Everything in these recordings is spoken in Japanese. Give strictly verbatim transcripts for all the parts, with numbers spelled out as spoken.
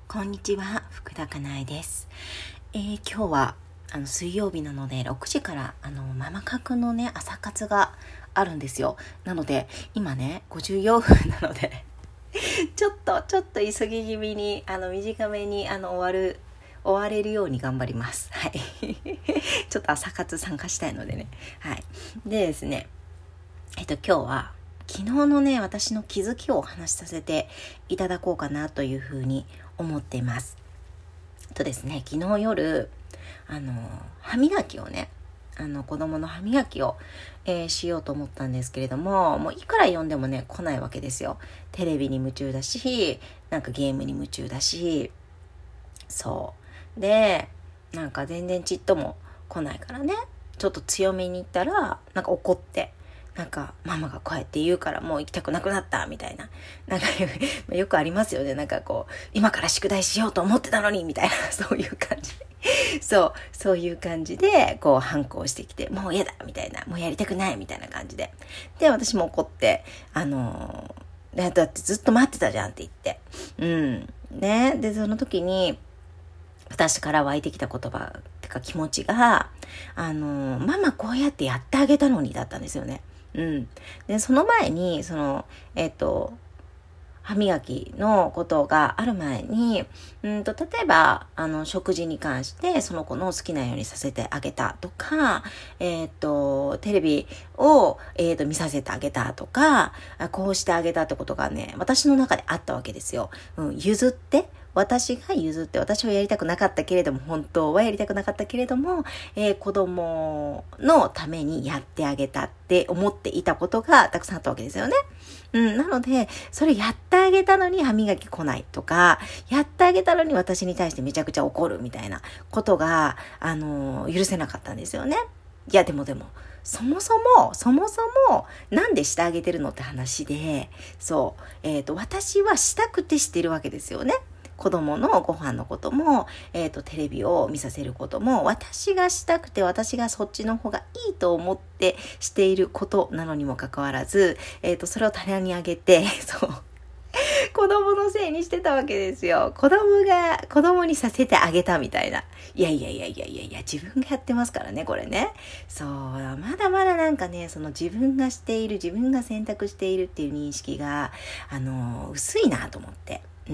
こんにちは、福田かなえです。えー、今日はあの水曜日なのでろくじからあのママ活のね朝活があるんですよ。なので今ねごじゅうよんぷんなのでちょっとちょっと急ぎ気味にあの短めにあの終わる終われるように頑張ります。はいちょっと朝活参加したいのでね。はいでですねえっと今日は昨日のね私の気づきをお話しさせていただこうかなというふうに思っています。とですね昨日夜あの歯磨きをねあの子供の歯磨きを、えー、しようと思ったんですけれども、もういくら読んでもね来ないわけですよ。テレビに夢中だし、なんかゲームに夢中だし、そうでなんか全然ちっとも来ないからね、ちょっと強めに言ったらなんか怒って、なんかママがこうやって言うからもう行きたくなくなったみたいな、なんかよくありますよね。なんかこう今から宿題しようと思ってたのにみたいなそういう感じそうそういう感じでこう反抗してきて、もう嫌だみたいな、もうやりたくないみたいな感じで、で私も怒ってあのー、だってずっと待ってたじゃんって言ってうんねでその時に私から湧いてきた言葉ってか気持ちがあのー、ママこうやってやってあげたのにだったんですよね。うん、でその前にそのえっと歯磨きのことがある前にうんと例えばあの食事に関してその子の好きなようにさせてあげたとか、えっとテレビを、えっと見させてあげたとか、こうしてあげたってことがね私の中であったわけですよ。うん、譲って私が譲って、私はやりたくなかったけれども、本当はやりたくなかったけれども、えー、子供のためにやってあげたって思っていたことがたくさんあったわけですよね。うん、なので、それやってあげたのに歯磨き来ないとか、やってあげたのに私に対してめちゃくちゃ怒るみたいなことが、あのー、許せなかったんですよね。いや、でもでも、そもそも、そもそも、なんでしてあげてるのって話で、そう、えっと、私はしたくてしてるわけですよね。子供のご飯のことも、えっと、テレビを見させることも、私がしたくて、私がそっちの方がいいと思ってしていることなのにもかかわらず、えっと、それを棚にあげて、そう、子供のせいにしてたわけですよ。子供が、子供にさせてあげたみたいな。いやいやいやいやいやいや、自分がやってますからね、これね。そう、まだまだなんかね、その自分がしている、自分が選択しているっていう認識が、あの、薄いなと思って。うん、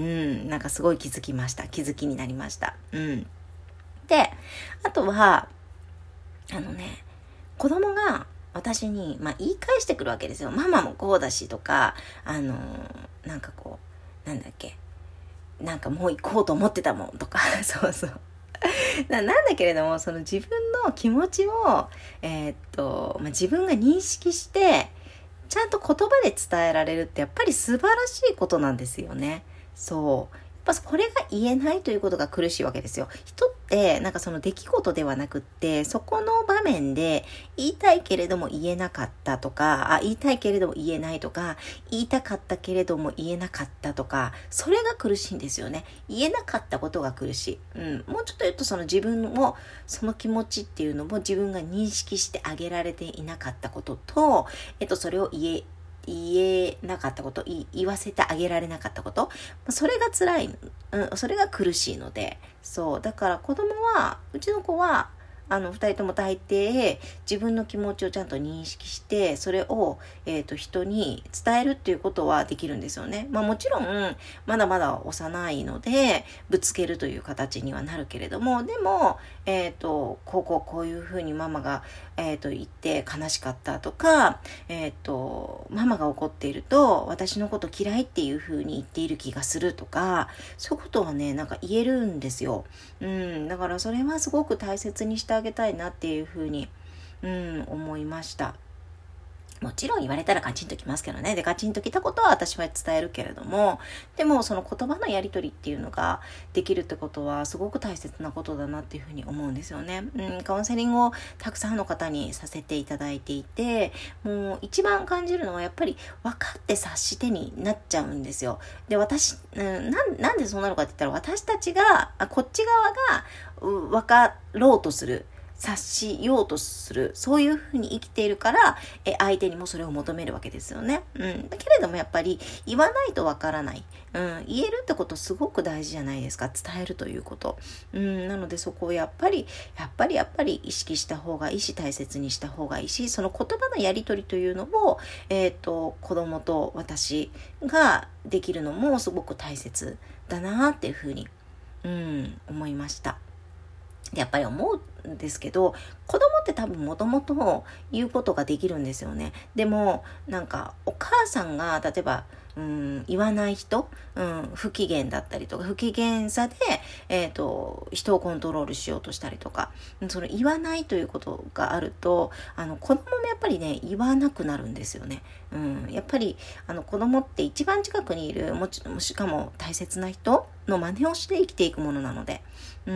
なんかすごい気づきました。気づきになりました。うん。で、あとは、あのね、子供が私に、まあ、言い返してくるわけですよ。ママもこうだしとか、あのー、なんかこう、なんだっけ、なんかもう行こうと思ってたもんとか、そうそう。な, なんだけれども、その自分の気持ちを、えー、っと、まあ、自分が認識して、ちゃんと言葉で伝えられるってやっぱり素晴らしいことなんですよね。そう。やっぱこれが言えないということが苦しいわけですよ。人ってなんかその出来事ではなくって、そこの場面で言いたいけれども言えなかったとか、あ、言いたいけれども言えないとか、言いたかったけれども言えなかったとか、それが苦しいんですよね。言えなかったことが苦しい。うん。もうちょっと言うとその自分も、その気持ちっていうのも自分が認識してあげられていなかったことと、えっと、それを言え、言えなかったこと、言わせてあげられなかったこと、それが辛い、うん、それが苦しいので、そうだから子供は、うちの子はあのふたりとも大抵自分の気持ちをちゃんと認識して、それを、えーと、人に伝えるっていうことはできるんですよね。まあもちろんまだまだ幼いのでぶつけるという形にはなるけれども、でもえっとこうこうこういうふうにママがえっと言って悲しかったとか、えっとママが怒っていると私のこと嫌いっていうふうに言っている気がするとか、そういうことはねなんか言えるんですよ。うん、だからそれはすごく大切にしてあげたいなっていうふうに、うん、思いました。もちろん言われたらカチンときますけどね。で、カチンときたことは私は伝えるけれども、でもその言葉のやり取りっていうのができるってことはすごく大切なことだなっていうふうに思うんですよね。うん、カウンセリングをたくさんの方にさせていただいていて、もう一番感じるのはやっぱり分かって察してになっちゃうんですよ。で、私、うん、な, なんでそうなるかって言ったら、私たちが、こっち側が分かろうとする。 察しようとする、そういうふうに生きているから、え相手にもそれを求めるわけですよね。うん。だけれどもやっぱり言わないとわからない。うん。言えるってことすごく大事じゃないですか。伝えるということ。うん。なのでそこをやっぱり、やっぱりやっぱり意識した方がいいし、大切にした方がいいし、その言葉のやり取りというのを、えっと、子供と私ができるのもすごく大切だなっていうふうに、うん、思いました。でやっぱり思うんですけど、子供って多分もともと言うことができるんですよね。でもなんかお母さんが例えばうん、言わない人、うん、不機嫌だったりとか、不機嫌さで、えっと、人をコントロールしようとしたりとか、その言わないということがあると、あの、子供もやっぱりね、言わなくなるんですよね。うん、やっぱり、あの、子供って一番近くにいる、もちろん、しかも大切な人の真似をして生きていくものなので、うん、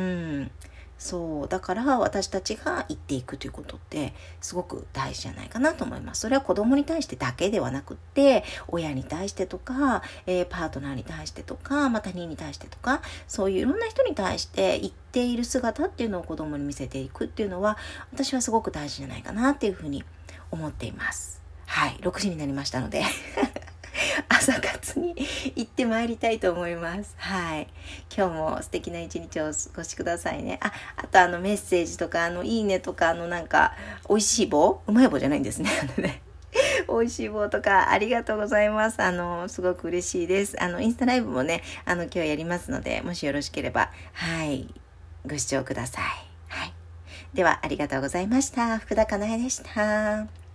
そうだから私たちが言っていくということってすごく大事じゃないかなと思います。それは子供に対してだけではなくって親に対してとか、えー、パートナーに対してとか、まあ、他人に対してとか、そういういろんな人に対して言っている姿っていうのを子供に見せていくっていうのは私はすごく大事じゃないかなっていうふうに思っています。はい、ろくじになりましたので朝活に行ってまいりたいと思います。はい。今日も素敵な一日をお過ごしくださいね。あ、あとあのメッセージとか、あのいいねとか、あのなんか、美味しい棒うまい棒じゃないんですね。あのね。美味しい棒とかありがとうございます。あの、すごく嬉しいです。あの、インスタライブもね、あの、今日やりますので、もしよろしければ、はい、ご視聴ください。はい。では、ありがとうございました。福田かなえでした。